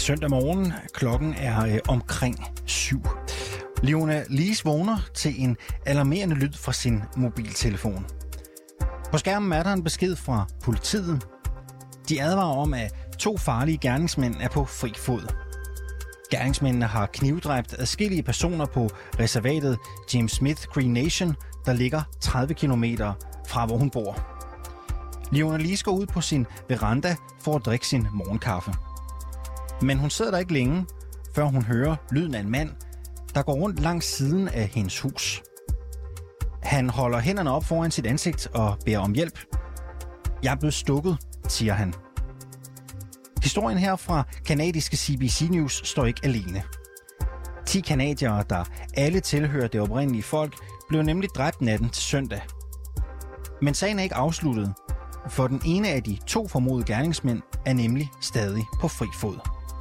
søndag morgen. Klokken er omkring 7. Leona Lise vågner til en alarmerende lyd fra sin mobiltelefon. På skærmen er der en besked fra politiet. De advarer om, at 2 farlige gerningsmænd er på fri fod. Gerningsmændene har knivdræbt adskillige personer på reservatet James Smith Cree Nation, der ligger 30 kilometer fra, hvor hun bor. Leona Lise går ud på sin veranda for at drikke sin morgenkaffe. Men hun sidder der ikke længe, før hun hører lyden af en mand, der går rundt langs siden af hendes hus. Han holder hænderne op foran sit ansigt og beder om hjælp. "Jeg er blevet stukket", siger han. Historien her fra kanadiske CBC News står ikke alene. 10 canadiere, der alle tilhører det oprindelige folk, blev nemlig dræbt natten til søndag. Men sagen er ikke afsluttet, for den ene af de 2 formodede gerningsmænd er nemlig stadig på fri fod.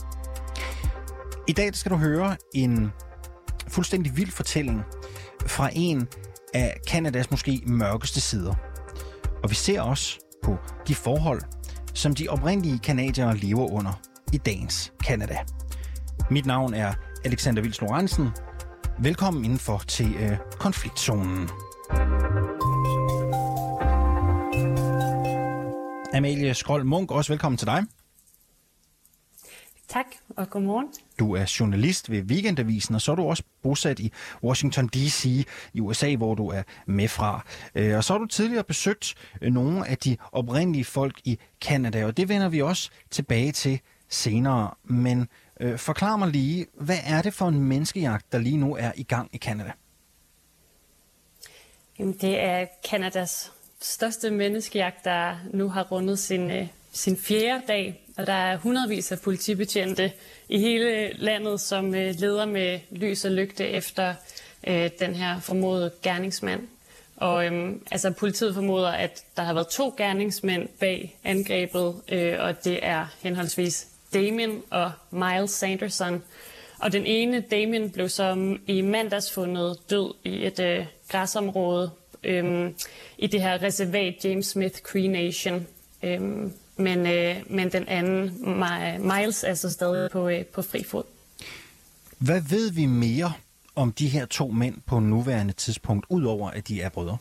I dag skal du høre en fuldstændig vild fortælling fra en af Canadas måske mørkeste sider. Og vi ser også på de forhold, som de oprindelige canadiere lever under i dagens Canada. Mit navn er Alexander Vils Lorentzen. Velkommen indenfor til konfliktzonen. Amalie Skrold Munk, også velkommen til dig. Tak, og godmorgen. Du er journalist ved Weekendavisen, og så er du også bosat i Washington D.C. i USA, hvor du er med fra. Og så har du tidligere besøgt nogle af de oprindelige folk i Canada, og det vender vi også tilbage til senere. Men forklar mig lige, hvad er det for en menneskejagt, der lige nu er i gang i Canada? Jamen, det er Canadas største menneskejagt, der nu har rundet sin 4. dag, og der er hundredvis af politibetjente i hele landet, som leder med lys og lygte efter den her formodede gerningsmand. Og politiet formoder, at der har været 2 gerningsmænd bag angrebet, og det er henholdsvis Damien og Miles Sanderson. Og den ene, Damien, blev så i mandags fundet død i et græsområde i det her reservat James Smith Cree Nation. Men den anden, Miles, er så stadig på fri fod. Hvad ved vi mere om de her 2 mænd på nuværende tidspunkt, udover at de er brødre?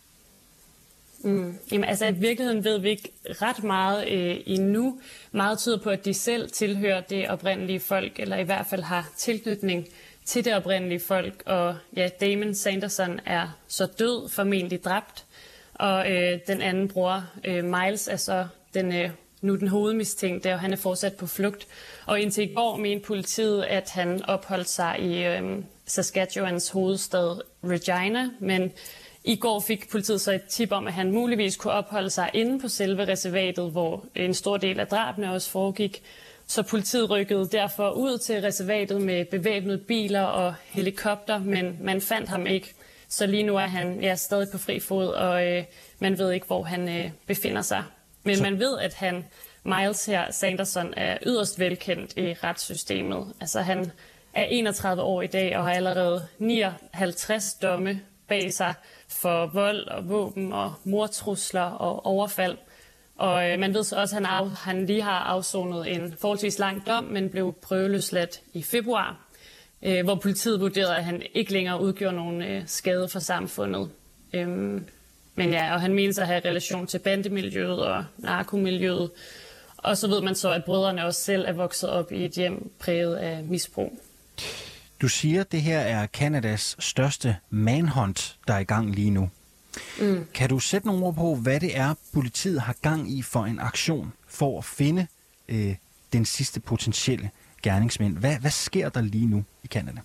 Jamen, i virkeligheden ved vi ikke ret meget endnu. Meget tyder på, at de selv tilhører det oprindelige folk, eller i hvert fald har tilknytning til det oprindelige folk. Og ja, Damien Sanderson er så død, formentlig dræbt. Og den anden bror, Miles, er så den hovedmistænkte, og han er fortsat på flugt. Og indtil i går mente politiet, at han opholdt sig i Saskatchewans hovedstad Regina, men i går fik politiet så et tip om, at han muligvis kunne opholde sig inde på selve reservatet, hvor en stor del af drabene også foregik. Så politiet rykkede derfor ud til reservatet med bevæbnede biler og helikopter, men man fandt ham ikke. Så lige nu er han stadig på fri fod, og man ved ikke, hvor han befinder sig. Men man ved, at Miles her, Sanderson, er yderst velkendt i retssystemet. Altså han er 31 år i dag og har allerede 59 domme bag sig for vold og våben og mordtrusler og overfald. Og man ved så også, at han lige har afsonet en forholdsvis lang dom, men blev prøveløsladt i februar, hvor politiet vurderede, at han ikke længere udgjorde nogen skade for samfundet. Men ja, og han menes at have relation til bandemiljøet og narkomiljøet. Og så ved man så, at brødrene også selv er vokset op i et hjem præget af misbrug. Du siger, at det her er Canadas største manhunt, der er i gang lige nu. Kan du sætte nogle ord på, hvad det er, politiet har gang i for en aktion for at finde den sidste potentielle gerningsmænd? Hvad sker der lige nu i Canada?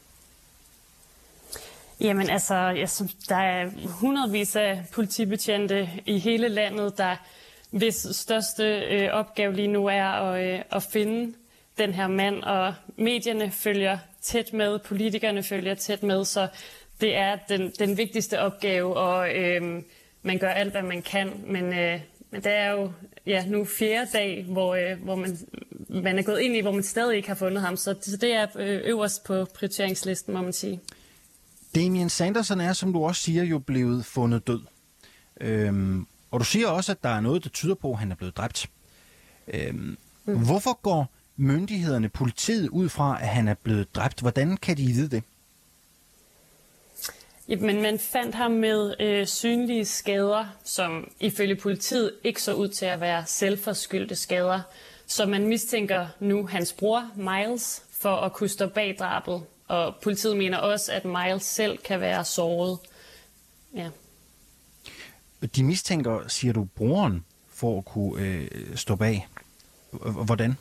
Jamen der er hundredvis af politibetjente i hele landet, hvis største opgave lige nu er at finde den her mand, og medierne følger tæt med, politikerne følger tæt med, så det er den vigtigste opgave, og man gør alt, hvad man kan, men det er jo nu 4. dag, hvor man er gået ind i, hvor man stadig ikke har fundet ham, så det er øverst på prioriteringslisten, må man sige. Damien Sanderson er, som du også siger, jo blevet fundet død. Og du siger også, at der er noget, der tyder på, at han er blevet dræbt. Hvorfor går myndighederne, politiet, ud fra, at han er blevet dræbt? Hvordan kan de vide det? Men man fandt ham med synlige skader, som ifølge politiet ikke så ud til at være selvforskyldte skader. Så man mistænker nu hans bror, Miles, for at kunne stå bag drabet. Og politiet mener også, at Miles selv kan være såret. Ja. De mistænker, siger du, broren for at kunne stå bag. Hvordan?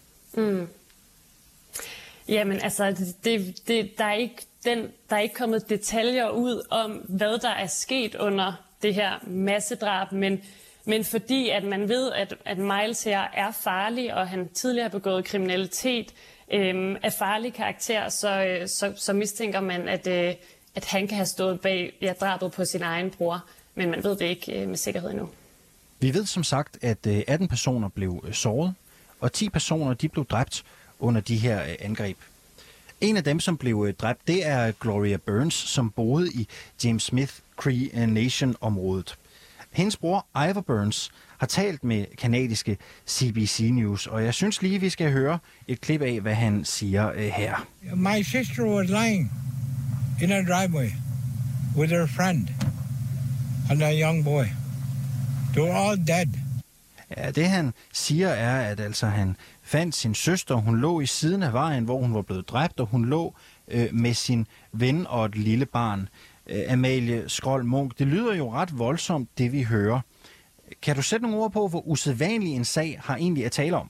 Jamen altså, der er ikke kommet detaljer ud om, hvad der er sket under det her massedrab, men fordi at man ved, at Miles her er farlig, og han tidligere har begået kriminalitet af farlig karakter, så mistænker man, at han kan have stået bag drabet på sin egen bror, men man ved det ikke med sikkerhed endnu. Vi ved som sagt, at 18 personer blev såret, og 10 personer de blev dræbt under de her angreb. En af dem, som blev dræbt, det er Gloria Burns, som boede i James Smith Cree Nation-området. Hendes bror, Ivor Burns, har talt med kanadiske CBC News, og jeg synes lige, vi skal høre et klip af, hvad han siger her. My sister was lying in a driveway with her friend and a young boy. They were all dead. Ja, det han siger er, at altså han fandt sin søster, hun lå i siden af vejen, hvor hun var blevet dræbt, og hun lå med sin ven og et lille barn. Amalie Skrold Munk, det lyder jo ret voldsomt, det vi hører. Kan du sætte nogle ord på, hvor usædvanlig en sag har egentlig at tale om?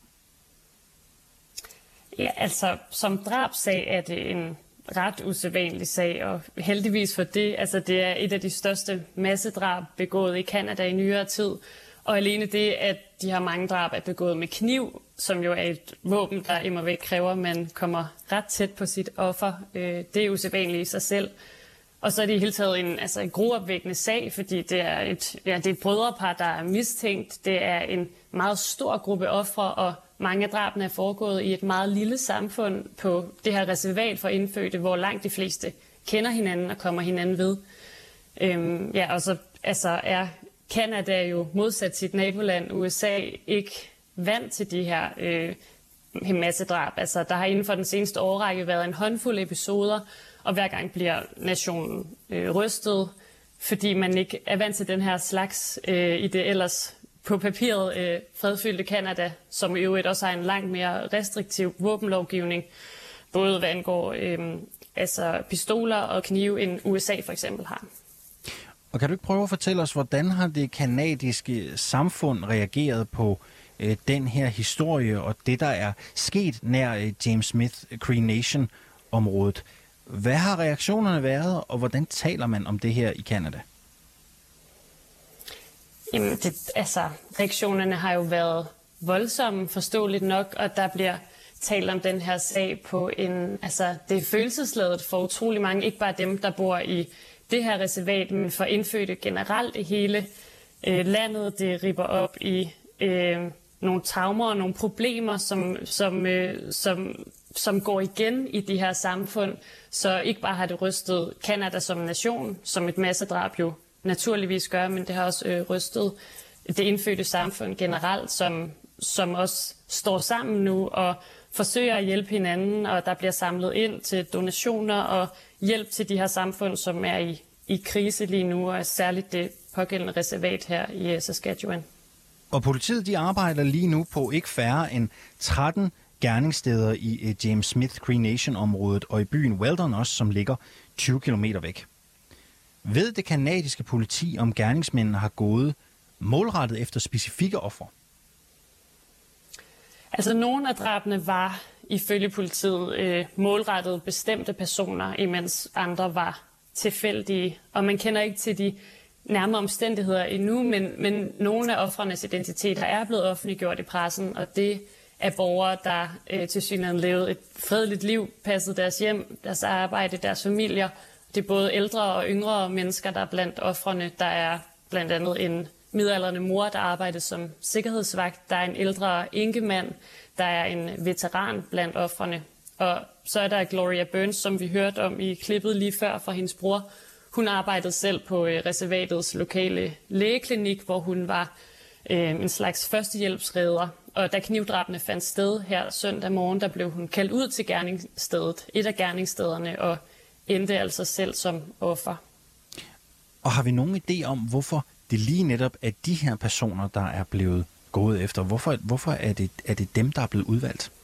Ja, altså som drabsag er det en ret usædvanlig sag, og heldigvis for det. Altså det er et af de største massedrab begået i Canada i nyere tid. Og alene det, at de her mange drab er begået med kniv, som jo er et våben, der immer væk kræver, at man kommer ret tæt på sit offer. Det er usædvanligt i sig selv. Og så er det i hele taget en gruopvækkende sag, fordi det er et brødrepar, der er mistænkt. Det er en meget stor gruppe ofre, og mange af drabene er foregået i et meget lille samfund på det her reservat for indfødte, hvor langt de fleste kender hinanden og kommer hinanden ved. Og så er Canada jo modsat sit naboland USA ikke vant til de her massedrab. Altså, der har inden for den seneste årrække været en håndfuld episoder, og hver gang bliver nationen rystet, fordi man ikke er vant til den her slags i det ellers på papiret fredfyldte Canada, som i øvrigt også har en langt mere restriktiv våbenlovgivning, både hvad angår pistoler og knive, end USA for eksempel har. Og kan du ikke prøve at fortælle os, hvordan har det kanadiske samfund reageret på den her historie og det, der er sket nær James Smith Cree Nation-området? Hvad har reaktionerne været, og hvordan taler man om det her i Canada? Jamen, reaktionerne har jo været voldsomme, forståeligt nok, og der bliver talt om den her sag på det er følelsesladet for utrolig mange, ikke bare dem, der bor i det her reservat, men for indfødte generelt i hele landet. Det ripper op i nogle traumer og nogle problemer, som går igen i de her samfund. Så ikke bare har det rystet Canada som nation, som et massedrab jo naturligvis gør, men det har også rystet det indfødte samfund generelt, som også står sammen nu og forsøger at hjælpe hinanden, og der bliver samlet ind til donationer og hjælp til de her samfund, som er i krise lige nu, og særligt det pågældende reservat her i Saskatchewan. Og politiet de arbejder lige nu på ikke færre end 13 gerningssteder i James Smith Cree Nation-området og i byen Weldon også, som ligger 20 km væk. Ved det kanadiske politi, om gerningsmændene har gået målrettet efter specifikke ofre? Altså nogle af drabene var ifølge politiet målrettet bestemte personer, imens andre var tilfældige. Og man kender ikke til de nærmere omstændigheder endnu, men nogle af ofrenes identiteter er blevet offentliggjort i pressen, og det er borgere, der tilsyneladende levede et fredeligt liv, passede deres hjem, deres arbejde, deres familier. Det er både ældre og yngre mennesker, der er blandt ofrene. Der er blandt andet en midaldrende mor, der arbejder som sikkerhedsvagt. Der er en ældre enkemand. Der er en veteran blandt ofrene. Og så er der Gloria Burns, som vi hørte om i klippet lige før fra hendes bror. Hun arbejdede selv på reservatets lokale lægeklinik, hvor hun var en slags førstehjælpsredder. Og da knivdrabene fandt sted her søndag morgen, der blev hun kaldt ud til gerningsstedet, et af gerningsstederne, og endte altså selv som offer. Og har vi nogen idé om, hvorfor det lige netop er de her personer, der er blevet gået efter? Hvorfor er det dem, der er blevet udvalgt?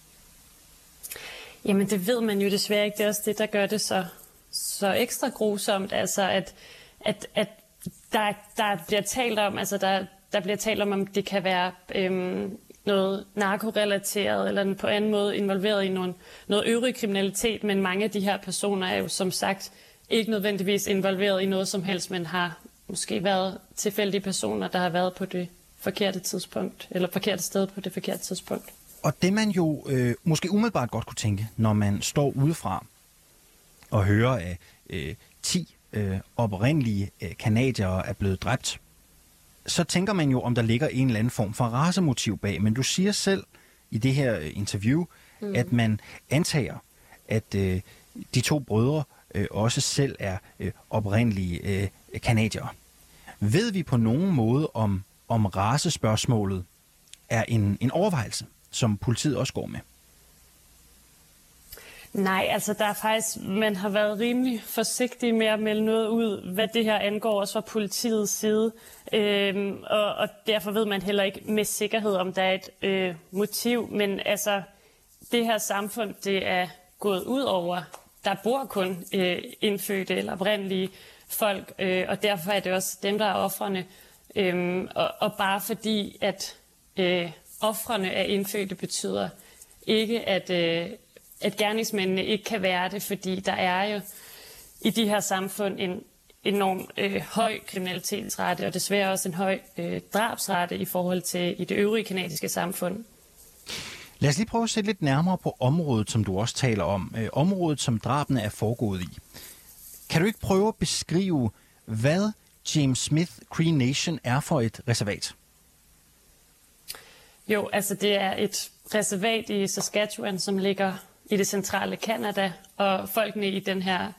Jamen det ved man jo desværre ikke. Det er også det, der gør det så ekstra grusomt. Altså at der bliver talt om, altså der bliver talt om det kan være noget narkorelateret eller på anden måde involveret i noget øvrig kriminalitet, men mange af de her personer er jo som sagt ikke nødvendigvis involveret i noget som helst, men har måske været tilfældige personer, der har været på det forkerte tidspunkt, eller forkerte sted på det forkerte tidspunkt. Og det man jo måske umiddelbart godt kunne tænke, når man står udefra og hører, at 10 oprindelige canadiere er blevet dræbt, så tænker man jo, om der ligger en eller anden form for racemotiv bag. Men du siger selv i det her interview, at man antager, at de 2 brødre også selv er oprindelige canadiere. Ved vi på nogen måde, om racespørgsmålet er en overvejelse, som politiet også går med? Nej, altså der er faktisk, man har været rimelig forsigtig med at melde noget ud, hvad det her angår, også fra politiets side. Og derfor ved man heller ikke med sikkerhed, om der er et motiv. Men altså, det her samfund, det er gået ud over. Der bor kun indfødte eller oprindelige folk, og derfor er det også dem, der er ofrene. Og bare fordi, at ofrene er indfødte, betyder ikke, at gerningsmændene ikke kan være det, fordi der er jo i de her samfund en enorm høj kriminalitetsrate, og desværre også en høj drabsrate i forhold til i det øvrige kanadiske samfund. Lad os lige prøve at se lidt nærmere på området, som du også taler om. Området, som drabene er foregået i. Kan du ikke prøve at beskrive, hvad James Smith Cree Nation er for et reservat? Jo, altså det er et reservat i Saskatchewan, som ligger i det centrale Canada, og folkene i det her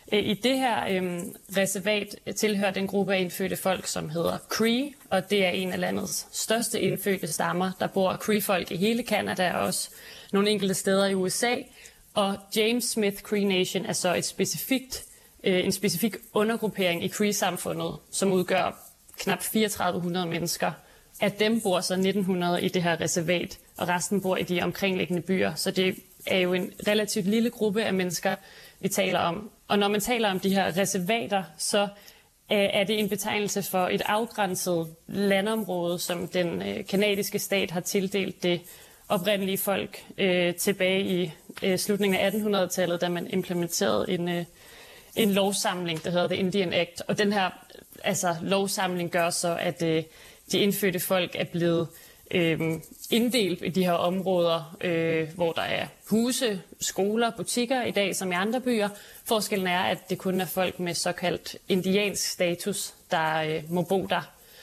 reservat tilhører den gruppe af indfødte folk, som hedder Cree, og det er en af landets største indfødte stammer. Der bor Cree-folk i hele Canada og også nogle enkelte steder i USA, og James Smith Cree Nation er så en specifik undergruppering i Cree-samfundet, som udgør knap 3400 mennesker. Af dem bor så 1900 i det her reservat, og resten bor i de omkringliggende byer. Så det er jo en relativt lille gruppe af mennesker, vi taler om. Og når man taler om de her reservater, så er det en betegnelse for et afgrænset landområde, som den kanadiske stat har tildelt det oprindelige folk tilbage i slutningen af 1800-tallet, da man implementerede en lovsamling, der hedder The Indian Act. Og den her lovsamling gør så, at de indfødte folk er blevet inddelt i de her områder, hvor der er huse, skoler, butikker i dag, som i andre byer. Forskellen er, at det kun er folk med såkaldt indiansk status, der må bo der.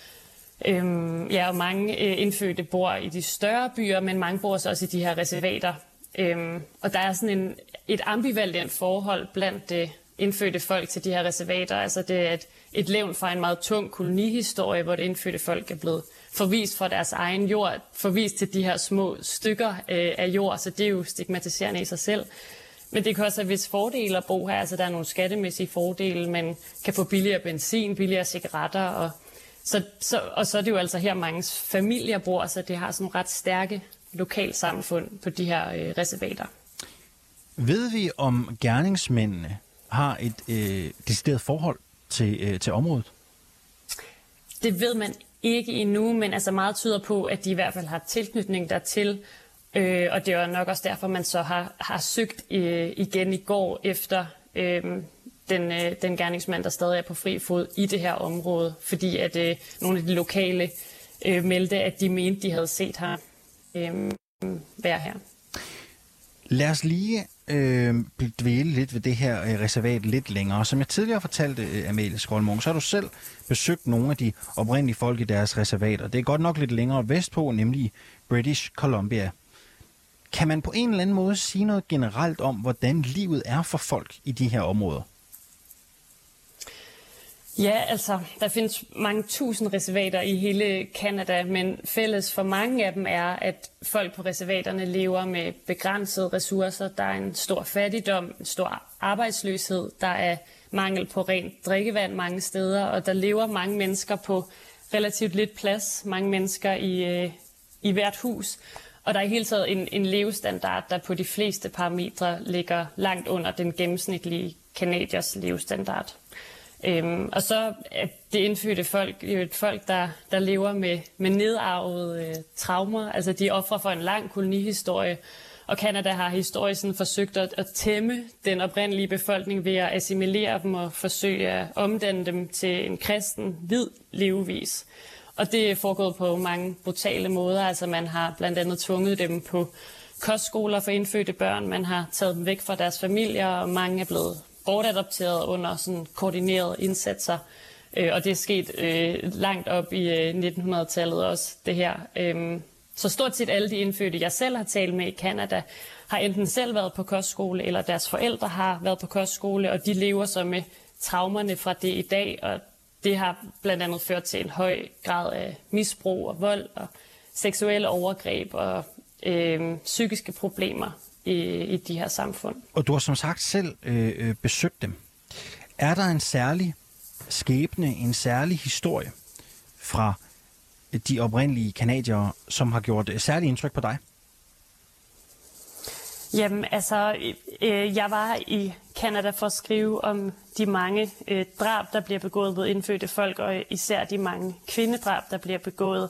Og mange indfødte bor i de større byer, men mange bor også i de her reservater. Og der er sådan et ambivalent forhold blandt indfødte folk til de her reservater. Altså det er et levn fra en meget tung kolonihistorie, hvor det indfødte folk er blevet forvist fra deres egen jord, forvist til de her små stykker af jord, så det er jo stigmatiserende i sig selv. Men det kan også have visse fordele at bo her, altså der er nogle skattemæssige fordele, man kan få billigere benzin, billigere cigaretter, og så er det jo altså her mange familier bor, så det har sådan nogle ret stærke lokalsamfund på de her reservater. Ved vi, om gerningsmændene har et decideret forhold til området? Det ved man ikke endnu, men altså meget tyder på, at de i hvert fald har tilknytning dertil. Og det er nok også derfor, man så har søgt igen i går efter den gerningsmand, der stadig er på fri fod i det her område. Fordi at nogle af de lokale meldte, at de mente, de havde set her være her. Lad os lige dvæle lidt ved det her reservat lidt længere. Som jeg tidligere fortalte, Amalie Skolmung, så har du selv besøgt nogle af de oprindelige folk i deres reservater. Det er godt nok lidt længere vestpå, nemlig British Columbia. Kan man på en eller anden måde sige noget generelt om, hvordan livet er for folk i de her områder? Ja, altså, der findes mange tusind reservater i hele Canada, men fælles for mange af dem er, at folk på reservaterne lever med begrænsede ressourcer. Der er en stor fattigdom, en stor arbejdsløshed, der er mangel på rent drikkevand mange steder, og der lever mange mennesker på relativt lidt plads, mange mennesker i hvert hus. Og der er i hele taget en levestandard, der på de fleste parametre ligger langt under den gennemsnitlige canadiers levestandard. Og så er det indfødte folk jo et folk, der lever med nedarvede traumer. Altså de er ofre for en lang kolonihistorie, og Canada har historisk forsøgt at tæmme den oprindelige befolkning ved at assimilere dem og forsøge at omdanne dem til en kristen, hvid levevis. Og det er foregået på mange brutale måder. Altså man har blandt andet tvunget dem på kostskoler for indfødte børn. Man har taget dem væk fra deres familier, og mange er blevet bortadopteret under sådan koordinerede indsatser. Og det er sket langt op i 1900-tallet også, det her. Så stort set alle de indfødte, jeg selv har talt med i Canada, har enten selv været på kostskole, eller deres forældre har været på kostskole, og de lever så med traumerne fra det i dag, og det har blandt andet ført til en høj grad af misbrug og vold og seksuelle overgreb og psykiske problemer i de her samfund. Og du har som sagt selv besøgt dem. Er der en særlig skæbne, en særlig historie fra de oprindelige canadiere, som har gjort særlig indtryk på dig? Jamen, altså, jeg var i Canada for at skrive om de mange drab, der bliver begået mod indfødte folk, og især de mange kvindedrab, der bliver begået.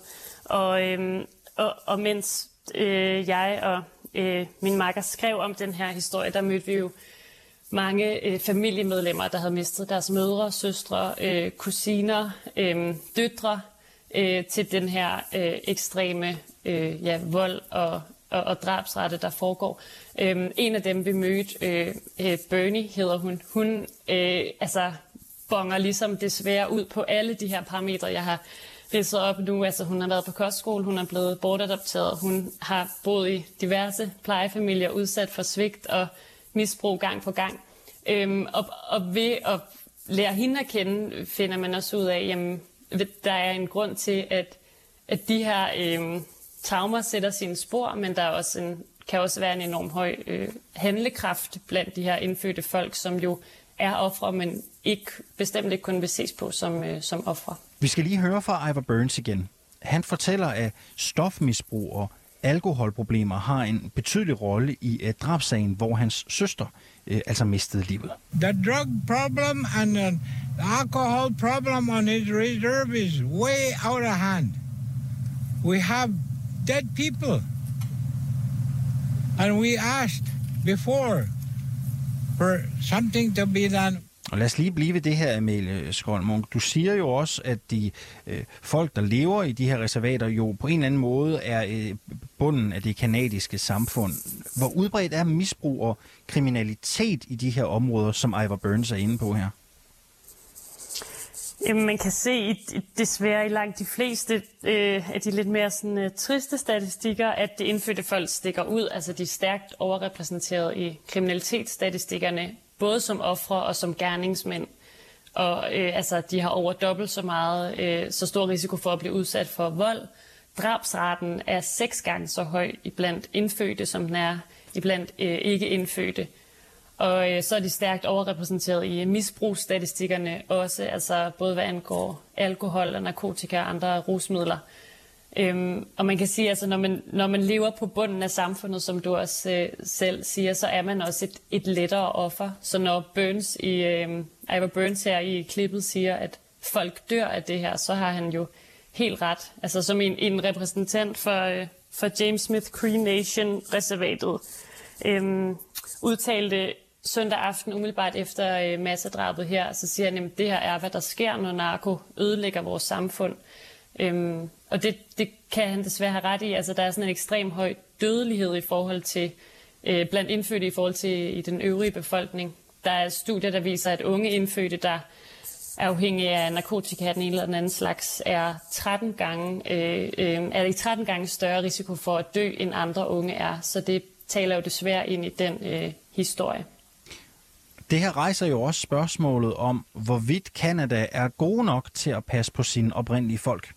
Og mens jeg og min makker skrev om den her historie, der mødte vi jo mange familiemedlemmer, der havde mistet deres mødre, søstre, kusiner, døtre til den her ekstreme vold og drabsrette, der foregår. En af dem, vi mødte, Bernie hedder hun, hun bonger ligesom desværre ud på alle de her parametre, jeg har ridset op nu. Altså hun har været på kostskole, hun er blevet bortadopteret, hun har boet i diverse plejefamilier, udsat for svigt og misbrug gang på gang. Og ved at lære hende at kende, finder man også ud af, jamen, der er en grund til, at de her traumer sætter sine spor, men der er også kan også være en enorm høj handlekraft blandt de her indfødte folk, som jo er ofre, men bestemt ikke kun vil ses på som ofre. Vi skal lige høre fra Ivor Burns igen. Han fortæller, at stofmisbrug og alkoholproblemer har en betydelig rolle i drabssagen, hvor hans søster altså mistede livet. The drug problem and the alcohol problem on his reserve is way out of hand. We have dead people. And we asked before for something to be done. Og lad os lige blive ved det her, Amalie Skold-Munck. Du siger jo også, at de folk, der lever i de her reservater, jo på en eller anden måde er bunden af det kanadiske samfund. Hvor udbredt er misbrug og kriminalitet i de her områder, som Ivor Burns er inde på her? Jamen, man kan se desværre i langt de fleste af de lidt mere sådan, triste statistikker, at det indfødte folk stikker ud. Altså de er stærkt overrepræsenteret i kriminalitetsstatistikkerne, både som ofre og som gerningsmænd. Og de har over dobbelt så meget, så stor risiko for at blive udsat for vold. Drabsraten er 6 gange så høj iblandt indfødte, som den er iblandt ikke indfødte. Og så er de stærkt overrepræsenteret i misbrugsstatistikkerne også, altså både hvad angår alkohol og narkotika og andre rusmidler. Og man kan sige, altså når man lever på bunden af samfundet, som du også selv siger, så er man også et lettere offer. Så når Ivor Burns her i klippet siger, at folk dør af det her, så har han jo helt ret. Altså som en repræsentant for James Smith Cree Nation-reservatet udtalte søndag aften, umiddelbart efter massedrabet her, så siger han, at det her er, hvad der sker, når narko ødelægger vores samfund. Og det kan han desværre have ret i. Altså, der er sådan en ekstrem høj dødelighed i forhold til, blandt indfødte i forhold til i den øvrige befolkning. Der er studier, der viser, at unge indfødte, der er afhængige af narkotika af den ene eller den anden slags, er 13 gange større risiko for at dø, end andre unge er. Så det taler jo desværre ind i den historie. Det her rejser jo også spørgsmålet om, hvorvidt Canada er gode nok til at passe på sine oprindelige folk.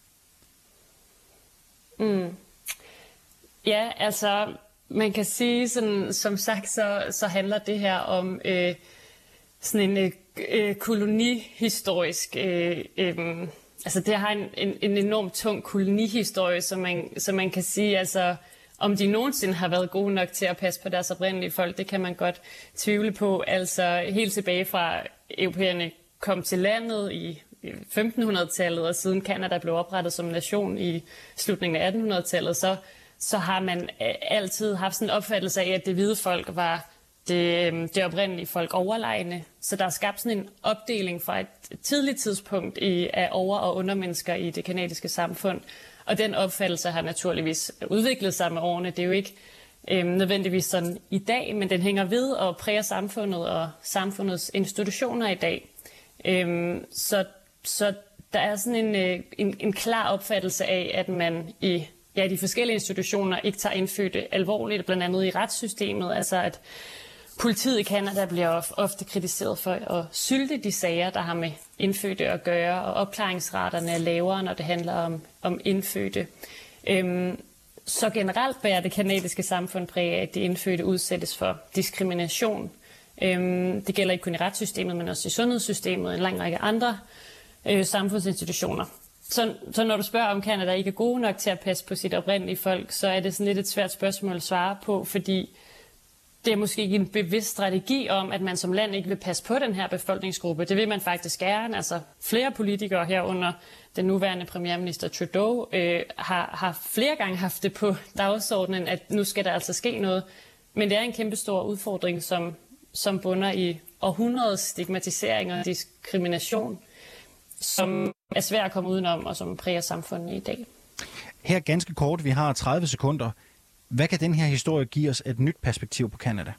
Ja, altså man kan sige, sådan, som sagt, så handler det her om sådan en kolonihistorisk... altså det har en enormt tung kolonihistorie, så man kan sige, altså om de nogensinde har været gode nok til at passe på deres oprindelige folk, det kan man godt tvivle på. Altså helt tilbage fra europæerne kom til landet i 1500-tallet, og siden Canada blev oprettet som nation i slutningen af 1800-tallet, så har man altid haft sådan en opfattelse af, at det hvide folk var det oprindelige folk overlegne. Så der er skabt sådan en opdeling fra et tidligt tidspunkt af over- og undermennesker i det canadiske samfund. Og den opfattelse har naturligvis udviklet sig med årene. Det er jo ikke nødvendigvis sådan i dag, men den hænger ved og præger samfundet og samfundets institutioner i dag. Så der er sådan en klar opfattelse af, at man i de forskellige institutioner ikke tager indfødte alvorligt, blandt andet i retssystemet. Altså at politiet i Canada bliver ofte kritiseret for at sylte de sager, der har med indfødte at gøre, og opklaringsraterne er lavere, når det handler om indfødte. Så generelt bærer det canadiske samfund præg af, at de indfødte udsættes for diskrimination. Det gælder ikke kun i retssystemet, men også i sundhedssystemet og en lang række andre samfundsinstitutioner. Så når du spørger, om Canada ikke er gode nok til at passe på sit oprindelige folk, så er det sådan lidt et svært spørgsmål at svare på, fordi det er måske ikke en bevidst strategi om, at man som land ikke vil passe på den her befolkningsgruppe. Det vil man faktisk gerne. Altså flere politikere herunder den nuværende premierminister Trudeau har flere gange haft det på dagsordenen, at nu skal der altså ske noget. Men det er en kæmpestor udfordring, som bunder i århundredets stigmatisering og diskrimination, som er svært at komme udenom, og som præger samfundet i dag. Her ganske kort, vi har 30 sekunder. Hvad kan den her historie give os et nyt perspektiv på Canada?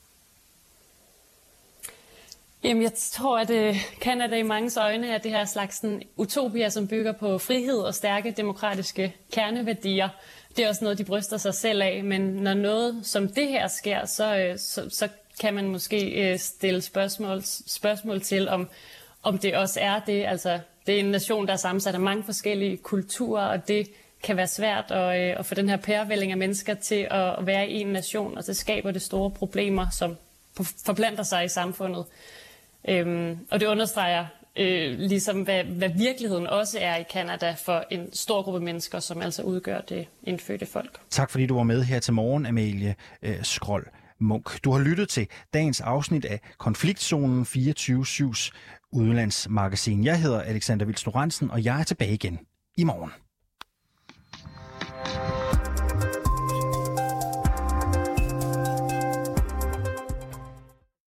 Jamen, jeg tror, at Canada i manges øjne er det her slags utopier, som bygger på frihed og stærke demokratiske kerneværdier. Det er også noget, de bryster sig selv af, men når noget som det her sker, så kan man måske stille spørgsmål til, om det også er det. Altså, det er en nation, der er sammensat af mange forskellige kulturer, og det kan være svært at få den her pærevælling af mennesker til at være i en nation, og så skaber det store problemer, som forplanter sig i samfundet. Og det understreger ligesom, hvad virkeligheden også er i Canada for en stor gruppe mennesker, som altså udgør det indfødte folk. Tak fordi du var med her til morgen, Amalie Skrold Munch. Du har lyttet til dagens afsnit af Konfliktzonen 24/7's udlandsmagasin. Jeg hedder Alexander Vils Lorentzen, og jeg er tilbage igen i morgen.